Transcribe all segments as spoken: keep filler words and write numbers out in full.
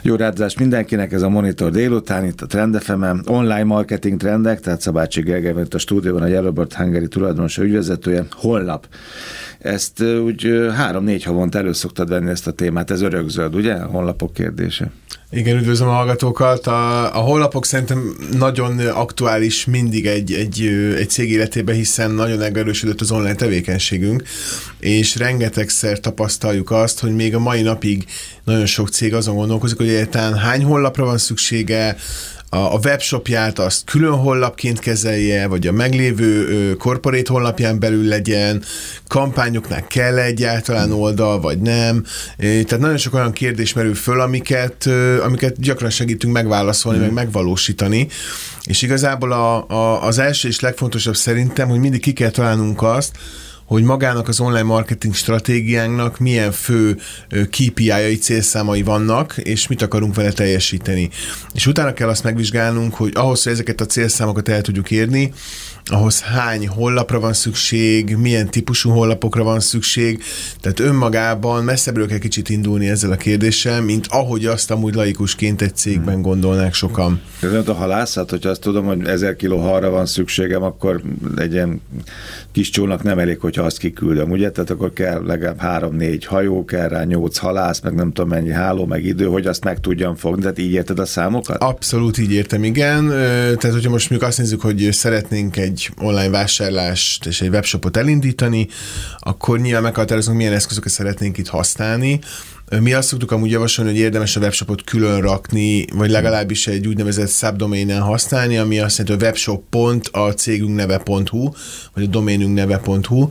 Jó rádiózást mindenkinek, ez a Monitor délután, itt a Trend ef em-en, online marketing trendek, tehát Szabácsi Gergely van itt a stúdióban, a Yellowbird Hungary tulajdonosa, ügyvezetője, honlap. Ezt úgy három-négy havonta elő szoktad venni ezt a témát, ez örökzöld, ugye? A honlapok kérdése. Igen, üdvözlöm a hallgatókat. A, a honlapok szerintem nagyon aktuális mindig egy, egy, egy cég életében, hiszen nagyon megerősödött az online tevékenységünk, és rengetegszer tapasztaljuk azt, hogy még a mai napig nagyon sok cég azon gondolkozik, hogy egyáltalán hány honlapra van szüksége, a webshopját azt külön honlapként kezelje, vagy a meglévő corporate honlapján belül legyen, kampányoknál kell egyáltalán oldal, vagy nem. Tehát nagyon sok olyan kérdés merül föl, amiket, amiket gyakran segítünk megválaszolni, mm. meg megvalósítani. És igazából a, a, az első és legfontosabb szerintem, hogy mindig ki kell találnunk azt, hogy magának az online marketing stratégiánknak milyen fő ká pé í-jai, célszámai vannak, és mit akarunk vele teljesíteni. És utána kell azt megvizsgálnunk, hogy ahhoz, hogy ezeket a célszámokat el tudjuk érni, ahhoz hány honlapra van szükség, milyen típusú honlapokra van szükség, tehát önmagában messzebbről kell kicsit indulni ezzel a kérdéssel, mint ahogy azt amúgy laikusként egy cégben gondolnák sokan. Ez nem a halászat, hogyha azt tudom, hogy ezer kiló halra van szükségem, akkor egy ilyen kis csónak nem elég, hogyha azt kiküldöm, ugye? Tehát akkor kell legalább három-négy hajó, kell rá nyolc halász, meg nem tudom mennyi háló, meg idő, hogy azt meg tudjam fogni. Tehát így érted a számokat? Abszolút így értem, igen. Tehát, hogyha most mondjuk azt nézzük, hogy szeretnénk egy online vásárlást és egy webshopot elindítani, akkor nyilván meghatározunk, milyen eszközöket szeretnénk itt használni. Mi azt szoktuk amúgy javasolni, hogy érdemes a webshopot külön rakni, vagy legalábbis egy úgynevezett subdomainen használni, ami azt jelenti, hogy webshop pont a cégünk neve pont hu, vagy a doménünk neve pont hu.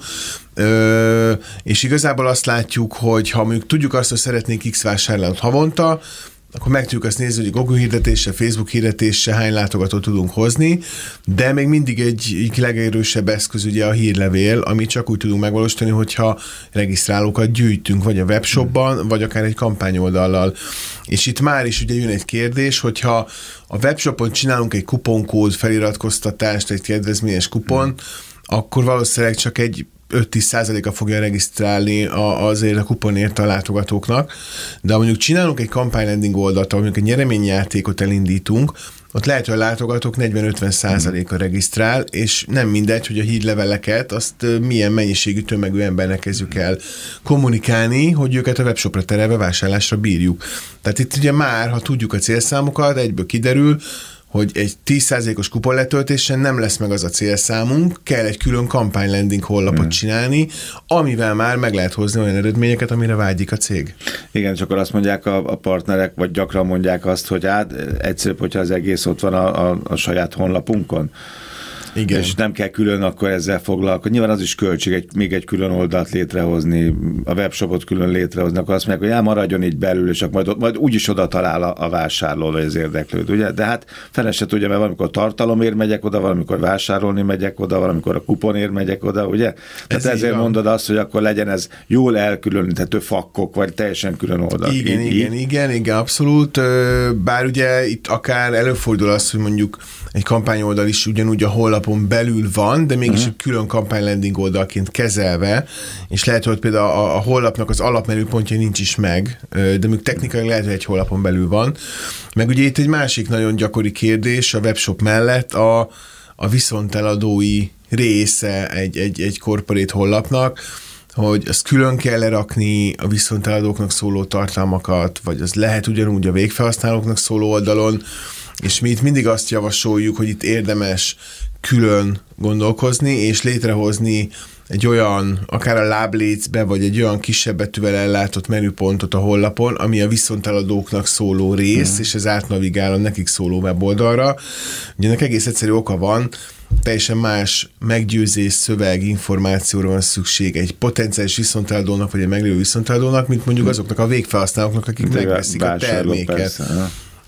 Ö, és igazából azt látjuk, hogy ha mondjuk tudjuk azt, hogy szeretnénk X vásárlót havonta, akkor meg tudjuk azt nézni, hogy Google hirdetése, Facebook hirdetése hány látogatót tudunk hozni, de még mindig egy, egy legerősebb eszköz ugye a hírlevél, amit csak úgy tudunk megvalósítani, hogyha regisztrálókat gyűjtünk, vagy a webshopban, hmm. vagy akár egy kampányoldallal. És itt már is ugye jön egy kérdés, hogyha a webshopon csinálunk egy kuponkód feliratkoztatást, egy kedvezményes kupon, hmm. akkor valószínűleg csak egy öt-tíz százaléka fogja regisztrálni a, azért a kuponért a látogatóknak, de ha mondjuk csinálunk egy kampánylanding oldalt, ahol mondjuk egy nyereményjátékot elindítunk, ott lehet, hogy a látogatók negyven-ötven százaléka regisztrál, és nem mindegy, hogy a hírleveleket azt milyen mennyiségű tömegű embernek kezdjük el kommunikálni, hogy őket a webshopra terelve vásárlásra bírjuk. Tehát itt ugye már, ha tudjuk a célszámokat, egyből kiderül, hogy egy tíz százalékos kuponletöltésen nem lesz meg az a célszámunk, kell egy külön kampánylanding honlapot hmm. csinálni, amivel már meg lehet hozni olyan eredményeket, amire vágyik a cég. Igen, és akkor azt mondják a, a partnerek, vagy gyakran mondják azt, hogy hát egyszerűbb, hogyha az egész ott van a, a, a saját honlapunkon. Igen. És nem kell külön akkor ezzel foglalkozni. Nyilván az is költség, egy, még egy külön oldalt létrehozni, a webshopot külön létrehozni, akkor azt mondják, hogy já, maradjon így belül, és akkor majd, majd úgyis oda talál a, a vásárló, vagy az érdeklőd, ugye? De hát fele se tudja, mert valamikor tartalomért megyek oda, valamikor vásárolni megyek oda, valamikor a kuponért megyek oda, ugye? Tehát ez ezért mondod azt, hogy akkor legyen ez jól elkülöníthető fakkok, vagy teljesen külön oldal. Igen, így, igen, így? igen, igen, abszolút. Bár ugye itt akár előfordul az, hogy mondjuk egy kampányoldal is ugyanúgy a honlapon belül van, de mégis uh-huh. külön kampánylanding oldalként kezelve, és lehet, hogy például a, a honlapnak az alapmenüpontja nincs is meg, de még technikailag lehet, hogy egy honlapon belül van. Meg ugye itt egy másik nagyon gyakori kérdés a webshop mellett a, a viszonteladói része egy, egy, egy corporate honlapnak, hogy azt külön kell lerakni a viszonteladóknak szóló tartalmakat, vagy az lehet ugyanúgy a végfelhasználóknak szóló oldalon, és mi itt mindig azt javasoljuk, hogy itt érdemes külön gondolkozni, és létrehozni egy olyan, akár a láblécbe, vagy egy olyan kisebb betűvel ellátott menüpontot a honlapon, ami a viszonteladóknak szóló rész, mm. és ez átnavigál a nekik szóló weboldalra. Ugye ennek egész egyszerű oka van, teljesen más meggyőzés, szöveg, információra van szükség egy potenciális viszonteladónak, vagy egy meglévő viszonteladónak, mint mondjuk azoknak a végfelhasználóknak, akik megveszik a terméket. Persze.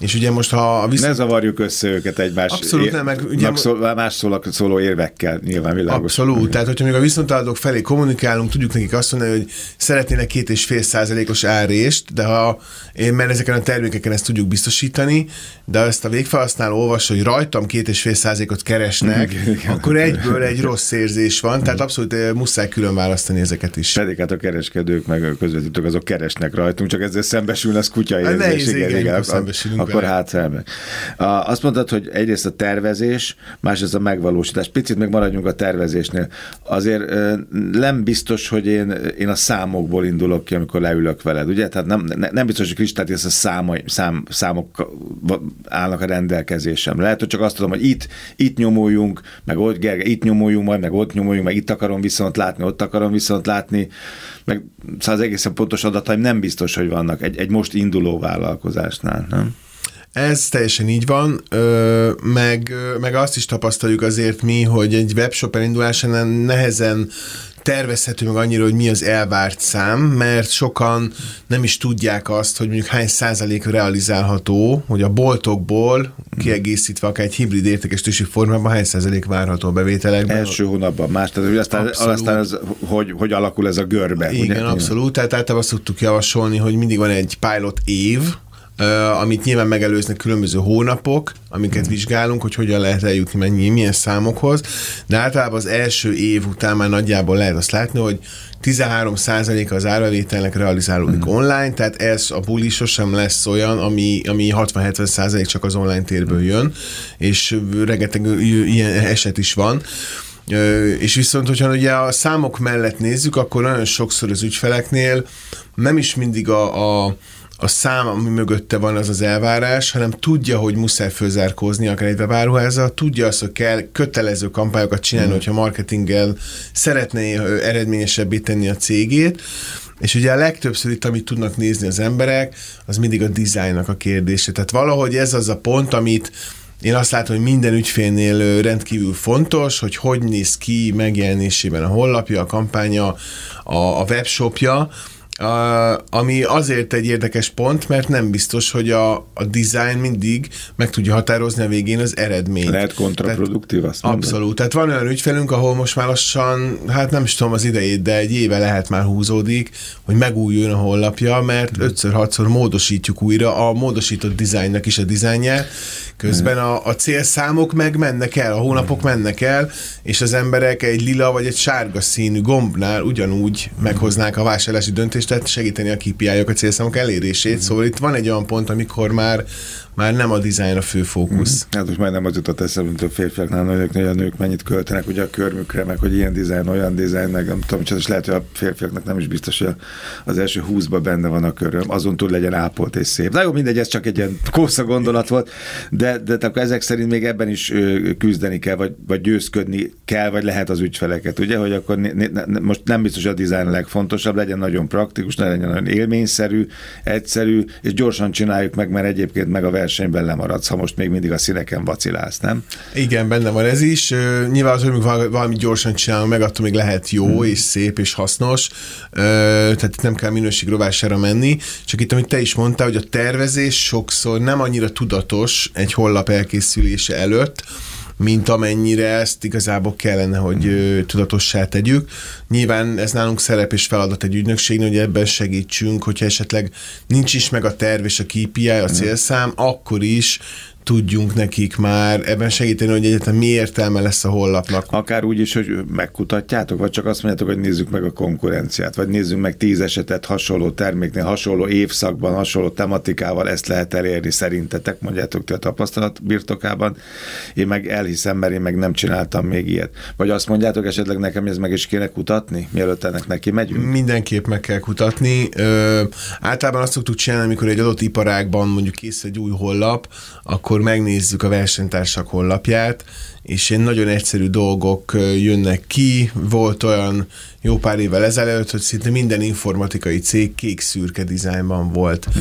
És ugye most, ha... Visz... Ne zavarjuk össze őket egymás Abszolút ér... nem, meg ugye... szól, más szól, szóló érvekkel, nyilván világos. Abszolút, tehát hogyha még a viszontaladók felé kommunikálunk, tudjuk nekik azt mondani, hogy szeretnének két és fél százalékos árrést, de ha én, mert ezeken a termékeken ezt tudjuk biztosítani, de ezt a végfelhasználó olvassa, hogy rajtam két és fél százalékot keresnek, akkor egyből egy rossz érzés van, tehát abszolút muszáj külön választani ezeket is. Pedig hát a kereskedők meg a közvetítők azok keresnek rajtunk, csak ezzel szembesülne, az kutya érzés. Nehéz, igen, igen, igen, igen, akkor hát felmek. Azt mondtad, hogy egyrészt a tervezés, másrészt a megvalósítás. Picit még maradjunk a tervezésnél. Azért nem biztos, hogy én, én a számokból indulok ki, amikor leülök veled, ugye? Tehát nem, nem biztos, hogy kristálytiszta számai, szám, számok állnak a rendelkezésemre. Lehet, hogy csak azt tudom, hogy itt, itt nyomuljunk, meg ott, Gergely, itt nyomuljunk majd, meg ott nyomuljunk, meg itt akarom viszont látni, ott akarom viszont látni, meg szóval az egészen pontos adataim nem biztos, hogy vannak egy, egy most induló vállalkozásnál, nem? Ez teljesen így van, meg, meg azt is tapasztaljuk azért mi, hogy egy webshop elindulásánál nehezen tervezhető meg annyira, hogy mi az elvárt szám, mert sokan nem is tudják azt, hogy mondjuk hány százalék realizálható, hogy a boltokból kiegészítve akár egy hibrid értékesítési formában hány százalék várható a bevételekben. Első hónapban más, tehát hogy aztán, aztán ez, hogy, hogy alakul ez a görbe. Igen, ugye? Abszolút, tehát általában szoktuk javasolni, hogy mindig van egy pilot év, Uh, amit nyilván megelőznek különböző hónapok, amiket vizsgálunk, hogy hogyan lehet eljutni mennyi, milyen számokhoz, de általában az első év után már nagyjából lehet azt látni, hogy tizenhárom százaléka az árbevételnek realizálódik mm. online, tehát ez a buli sosem lesz olyan, ami, ami hatvan-hetven százalék csak az online térből jön, és rengeteg ilyen eset is van. És viszont, hogyha ugye a számok mellett nézzük, akkor nagyon sokszor az ügyfeleknél nem is mindig a, a a szám, ami mögötte van, az az elvárás, hanem tudja, hogy muszáj fölzárkózni akár egy webáruházzal, tudja azt, hogy kell kötelező kampányokat csinálni, mm. hogyha marketinggel szeretné eredményesebbé tenni a cégét, és ugye a legtöbbször itt, amit tudnak nézni az emberek, az mindig a dizájnnak a kérdése. Tehát valahogy ez az a pont, amit én azt látom, hogy minden ügyfélnél rendkívül fontos, hogy hogy néz ki megjelenésében a honlapja, a kampánya, a, a webshopja, Uh, ami azért egy érdekes pont, mert nem biztos, hogy a, a design mindig meg tudja határozni a végén az eredményt. Lehet kontraproduktív, azt mondom. Abszolút. Tehát van olyan ügyfelünk, ahol most már lassan, hát nem is tudom az idejét, de egy éve lehet már húzódik, hogy megújuljon a honlapja, mert hmm. ötször-hatszor módosítjuk újra a módosított dizájnnak is a dizájnját. Közben a, a célszámok meg mennek el, a hónapok mennek el, és az emberek egy lila vagy egy sárga színű gombnál ugyanúgy meghoznák a vásárlási döntést, tehát segíteni a ká pé í-ok, a célszámok elérését. Mm. Szóval itt van egy olyan pont, amikor már már nem a dizájn a fő fókusz. Mm. Hát most már nem az jutott eszembe, mint a férfiaknál, hogy a nők mennyit költenek ugye a körmükre, meg hogy ilyen dizájn, olyan dizájn, meg nem tudom, és lehet, hogy a férfiaknak nem is biztos, hogy az első húszban benne van a köröm, azon túl legyen ápolt és szép. Na jó, mindegy, ez csak egy ilyen kósza gondolat volt, de, de akkor ezek szerint még ebben is küzdeni kell, vagy, vagy győzködni kell, vagy lehet az ügyfeleket, ugye, hogy akkor ne, ne, most nem biztos, hogy a dizájn a legfontosabb, legyen nagyon praktikus, ne legyen nagyon élményszerű, egyszerű, és gyorsan csináljuk meg, mert egyébként meg a versenyben lemaradsz, ha most még mindig a színeken vacilálsz, nem? Igen, benne van ez is. Nyilván az, hogy valami gyorsan csinálunk meg, attól még lehet jó, hmm. és szép, és hasznos. Tehát itt nem kell minőségrovására menni. Csak itt, amit te is mondtál, hogy a tervezés sokszor nem annyira tudatos egy honlap elkészülése előtt, mint amennyire ezt igazából kellene, hogy hmm. tudatossá tegyük. Nyilván ez nálunk szerep és feladat egy ügynökségnél, hogy ebben segítsünk, hogyha esetleg nincs is meg a terv és a ká pé í, a célszám, hmm. akkor is tudjunk nekik már ebben segíteni, hogy egyáltalán mi értelme lesz a honlapnak. Akár úgy is, hogy megkutatjátok, vagy csak azt mondjátok, hogy nézzük meg a konkurenciát, vagy nézzünk meg tíz esetet hasonló terméknél, hasonló évszakban, hasonló tematikával, ezt lehet elérni szerintetek, mondjátok ti a tapasztalat birtokában. Én meg elhiszem, mert én meg nem csináltam még ilyet. Vagy azt mondjátok esetleg nekem, ez meg is kéne kutatni, mielőtt ennek neki megyünk? Mindenképp meg kell kutatni. Ö, általában azt szoktuk csinálni, amikor egy adott iparágban mondjuk készül egy új honlap, akkor akkor megnézzük a versenytársak honlapját, és ilyen nagyon egyszerű dolgok jönnek ki. Volt olyan jó pár évvel ezelőtt, hogy szinte minden informatikai cég kék-szürke dizájnban volt. Uh-huh.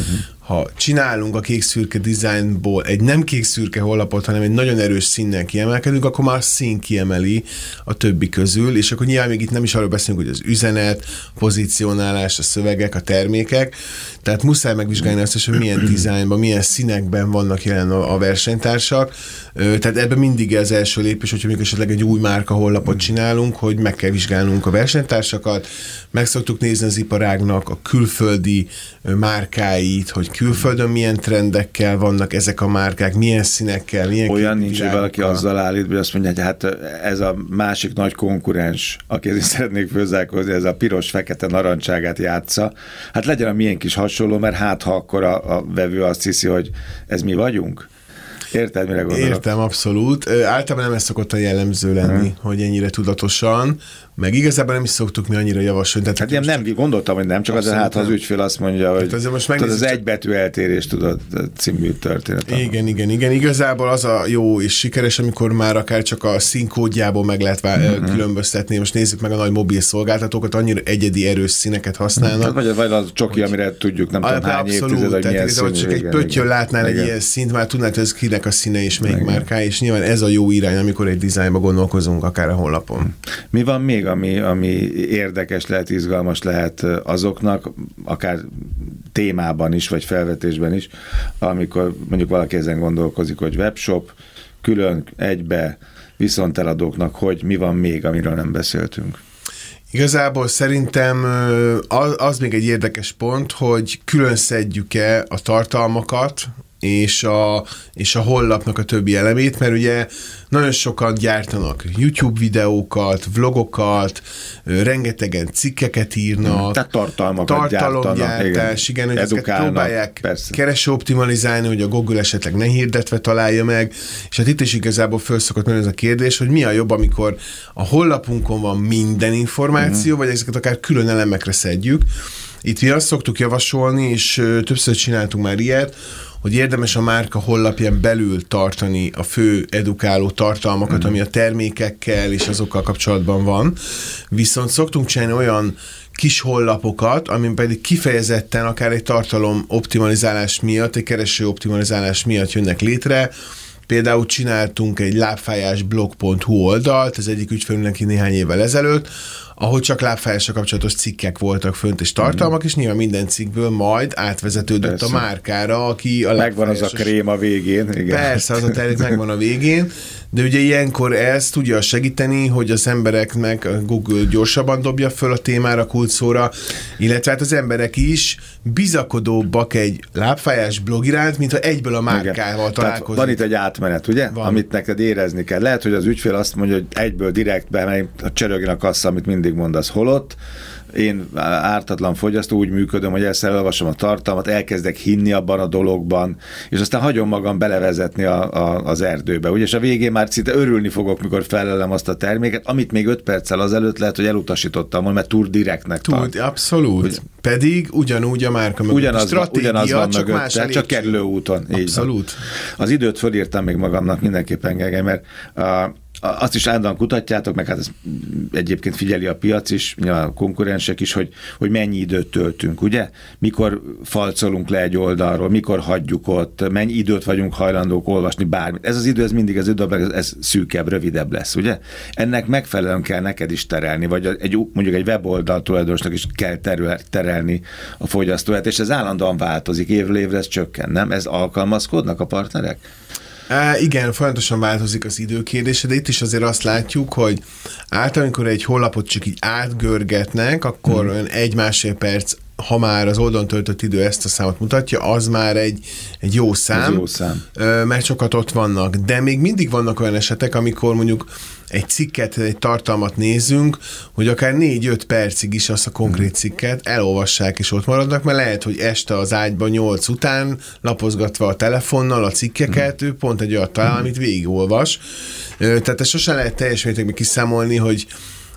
ha csinálunk a kék-szürke dizájnból egy nem kék-szürke honlapot, hanem egy nagyon erős színnel kiemelkedünk, akkor már a szín kiemeli a többi közül, és akkor nyilván még itt nem is arról beszélünk, hogy az üzenet, pozícionálás, a szövegek, a termékek, tehát muszáj megvizsgálni azt is, hogy milyen dizájnban, milyen színekben vannak jelen a, a versenytársak, tehát ebben mindig az első lépés, hogyha még esetleg egy új márka honlapot csinálunk, hogy meg kell vizsgálnunk a versenytársakat, meg szoktuk nézni az iparágnak a külföldi márkáit, hogy külföldön milyen trendekkel vannak ezek a márkák, milyen színekkel, milyen olyan nincs, hogy valaki azzal állít, hogy azt mondja, hogy hát ez a másik nagy konkurens, akihez szeretnék főzálkozni, ez a piros-fekete narancságát játsza. Hát legyen a milyen kis hasonló, mert hát ha akkor a, a vevő azt hiszi, hogy ez mi vagyunk. Érted, mire gondolok? Értem, abszolút. Általában nem ez szokott a jellemző lenni, hmm. hogy ennyire tudatosan, meg igazából nem is szoktuk mi annyira javasolni. Tehát hát én nem csak... gondoltam, hogy nem, csak az, hát az ügyfél azt mondja, hogy hát most tudod, az egybetű eltérés, tudod, című történet. Igen, igen, igen. Igazából az a jó és sikeres, amikor már akár csak a színkódjából meg lehet vá- hmm. különböztetni. Most nézzük meg a nagy mobil szolgáltatókat, annyira egyedi erős színeket használnak. Hát vagy, vagy az csoki, hogy... amire tudjuk, nem tudom hány évtized, hogy milyen színű. Csak egy pöttyön látnál egy ilyen színt, már tudnád, hogy ez kinek a színe és melyik márkája, és nyilván ez a jó irány, amikor egy dizájnba gondolkozunk, akár a honlapon. Mi van még, ami, ami érdekes lehet, izgalmas lehet azoknak, akár témában is, vagy felvetésben is, amikor mondjuk valaki ezen gondolkozik, hogy webshop, külön, egybe, viszonteladóknak, hogy mi van még, amiről nem beszéltünk? Igazából szerintem az, az még egy érdekes pont, hogy külön szedjük-e a tartalmakat, és a, és a honlapnak a többi elemét, mert ugye nagyon sokan gyártanak YouTube videókat, vlogokat, rengetegen cikkeket írnak. Tehát tartalmakat tartalomgyártás, igen, igen, hogy ezeket próbálják persze. kereső optimalizálni, hogy a Google esetleg ne hirdetve találja meg, és hát itt is igazából föl szokott menni ez a kérdés, hogy mi a jobb, amikor a honlapunkon van minden információ, mm. vagy ezeket akár külön elemekre szedjük. Itt mi azt szoktuk javasolni, és többször csináltunk már ilyet, hogy érdemes a márka honlapján belül tartani a fő edukáló tartalmakat, mm. ami a termékekkel és azokkal kapcsolatban van. Viszont szoktunk csinálni olyan kis honlapokat, amin pedig kifejezetten akár egy tartalom optimalizálás miatt, egy kereső optimalizálás miatt jönnek létre. Például csináltunk egy lábfájásblog pont hu oldalt, ez egyik ügyfelünknek néhány évvel ezelőtt, ahol csak lábfájással kapcsolatos cikkek voltak fönt, és tartalmak, mm. és nyilván minden cikkből majd átvezetődött persze. a márkára, aki a megvan az a krém a végén. Igen. Persze, az a termék megvan a végén, de ugye ilyenkor ez tudja segíteni, hogy az embereknek a Google gyorsabban dobja föl a témára, kulcsszóra, illetve hát az emberek is bizakodóbbak egy lábfájás blog iránt, mint ha egyből a márkával találkozik. Van itt egy átmenet, ugye? Van. Amit neked érezni kell. Lehet, hogy az ügyfél azt mondja, hogy egyből direkt bemegy a csörögén a kassa, amit mindig mondasz, holott. Én ártatlan fogyasztó úgy működöm, hogy ezt elolvasom a tartalmat, elkezdek hinni abban a dologban, és aztán hagyom magam belevezetni a, a, az erdőbe. Ugye, és a végén már szinte örülni fogok, mikor felelem azt a terméket, amit még öt perccel azelőtt lehet, hogy elutasítottam volna, mert túl direktnek tart. Abszolút. Ugye? Pedig ugyanúgy a márka mögött. Ugyanaz, stratégia, ugyanaz van csak mögötte, csak kerülő úton. Abszolút. Az időt fölírtam még magamnak mindenképpen, Gergely, mert a, azt is állandóan kutatjátok, meg hát ez egyébként figyeli a piac is, a konkurensek is, hogy, hogy mennyi időt töltünk, ugye? Mikor falcolunk le egy oldalról, mikor hagyjuk ott, mennyi időt vagyunk hajlandók olvasni bármit. Ez az idő, ez mindig az idő, ez, ez szűkebb, rövidebb lesz, ugye? Ennek megfelelően kell neked is terelni, vagy egy, mondjuk egy weboldal tulajdonosnak is kell terelni a fogyasztóját, és ez állandóan változik, évről évre ez csökken, nem? Ez alkalmazkodnak a partnerek? Á, igen, folyamatosan változik az időkérdése, de itt is azért azt látjuk, hogy általában, amikor egy honlapot csak így átgörgetnek, akkor hmm. egy-másfél perc, ha már az oldalon töltött idő ezt a számot mutatja, az már egy, egy jó szám, jó szám, mert sokat ott vannak. De még mindig vannak olyan esetek, amikor mondjuk egy cikket, egy tartalmat nézünk, hogy akár négy-öt percig is azt a konkrét cikket elolvassák és ott maradnak, mert lehet, hogy este az ágyban nyolc után lapozgatva a telefonnal a cikkeket, ő pont egy olyat talál, amit végigolvas. Tehát ezt sosem lehet teljes mértékben kiszámolni, hogy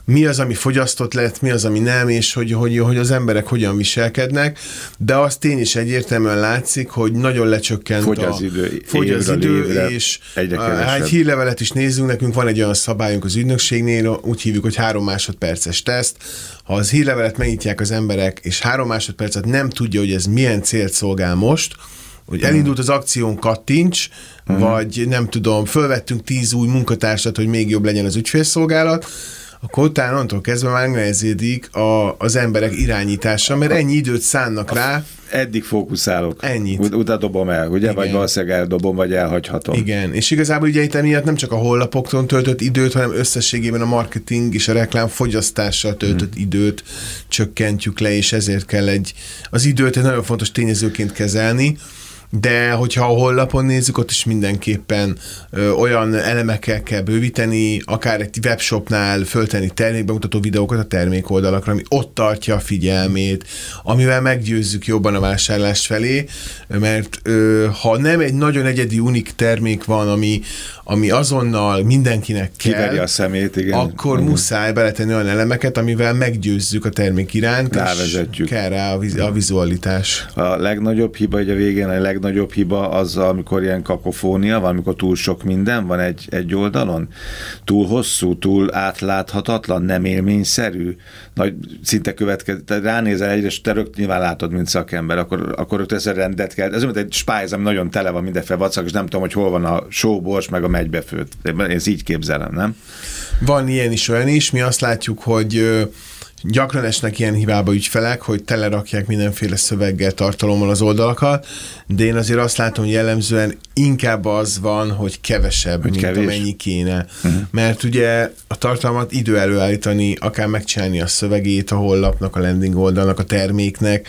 mi az, ami fogyasztott lett, mi az, ami nem, és hogy, hogy, hogy az emberek hogyan viselkednek, de az tény is egyértelműen látszik, hogy nagyon lecsökkent fogy a, az idő, fogy az idő és ha egy hírlevelet is nézzünk, nekünk van egy olyan szabályunk az ügynökségnél, úgy hívjuk, hogy három másodperces teszt. Ha az hírlevelet megnyitják az emberek, és három másodpercet nem tudja, hogy ez milyen célt szolgál most, hogy elindult az akción, kattints, uh-huh. vagy nem tudom, fölvettünk tíz új munkatársat, hogy még jobb legyen az ügyfélszolgálat, akkor utána onnantól kezdve már megneheződik a, az emberek irányítása, mert ennyi időt szánnak rá. Eddig fókuszálok. Ennyit. Ut- utána dobom el, ugye? Igen. Vagy valószínűleg eldobom, vagy elhagyhatom. Igen, és igazából ugye itt emiatt nem csak a honlapoktól töltött időt, hanem összességében a marketing és a reklám fogyasztással töltött hmm. időt csökkentjük le, és ezért kell egy, az időt egy nagyon fontos tényezőként kezelni, de hogyha a honlapon nézzük, ott is mindenképpen ö, olyan elemekkel kell bővíteni, akár egy webshopnál föltenni termékbemutató videókat a termék oldalakra, ami ott tartja a figyelmét, amivel meggyőzzük jobban a vásárlás felé, mert ö, ha nem egy nagyon egyedi, unik termék van, ami, ami azonnal mindenkinek kell, kiveri a szemét, igen. akkor uh-huh. muszáj beletenni olyan elemeket, amivel meggyőzzük a termék iránt, rávezetjük. És kell rá a, viz- a vizualitás. A legnagyobb hiba, hogy a végén a legnagyobb hiba az, amikor ilyen kakofónia van, amikor túl sok minden van egy, egy oldalon, túl hosszú, túl átláthatatlan, nem élményszerű, nagy, szinte következő, ránézel egyre, és te rögt nyilván látod, mint szakember, akkor, akkor rögt ezzel rendet kell. Ez olyan, mint egy spájz, ami nagyon tele van mindenféle vacak, és nem tudom, hogy hol van a sóbors, meg a megybefőtt. Én ezt így képzelem, nem? Van ilyen is, olyan is. Mi azt látjuk, hogy gyakran esnek ilyen hibába ügyfelek, hogy telerakják mindenféle szöveggel, tartalommal az oldalakat, de én azért azt látom, hogy jellemzően inkább az van, hogy kevesebb, hogy mint kevés. Amennyi kéne. Uh-huh. Mert ugye a tartalmat idő előállítani, akár megcsinálni a szövegét a honlapnak, a landing oldalnak, a terméknek,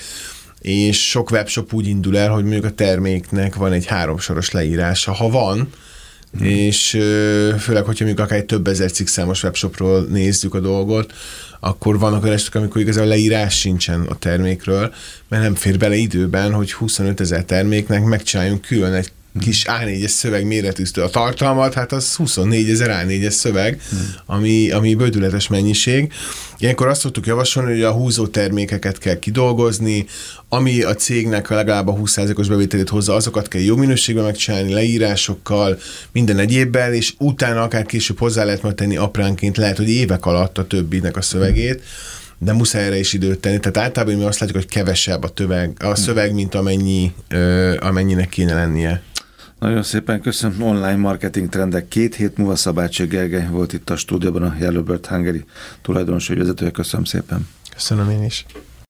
és sok webshop úgy indul el, hogy mondjuk a terméknek van egy háromsoros leírása. Ha van, Hmm. és főleg, hogyha mondjuk akár egy több ezer cikkszámos webshopról nézzük a dolgot, akkor vannak olyan esetek, amikor igazából leírás sincsen a termékről, mert nem fér bele időben, hogy huszonöt ezer terméknek megcsináljunk külön egy kis á négyes szöveg méretűztő a tartalmat, hát az huszonnégy ezer á négyes szöveg, hmm. ami, ami bődületes mennyiség. Ilyenkor azt szoktuk javasolni, hogy a húzó termékeket kell kidolgozni, ami a cégnek legalább a húsz százalékos bevételét hozza, azokat kell jó minőségben megcsinálni, leírásokkal, minden egyébbel, és utána akár később hozzá lehet majd tenni apránként, lehet, hogy évek alatt a többinek a szövegét, de muszáj erre is időt tenni. Tehát általában mi azt látjuk, hogy kevesebb a, töveg, a szöveg, mint amennyi, ö, amennyinek kéne lennie. Nagyon szépen köszönöm. Online marketing trendek. Két hét múlva Szabácsy Gergely volt itt a stúdióban, a Yellowbird Hungary tulajdonos ügyvezetője. Köszönöm szépen. Köszönöm én is.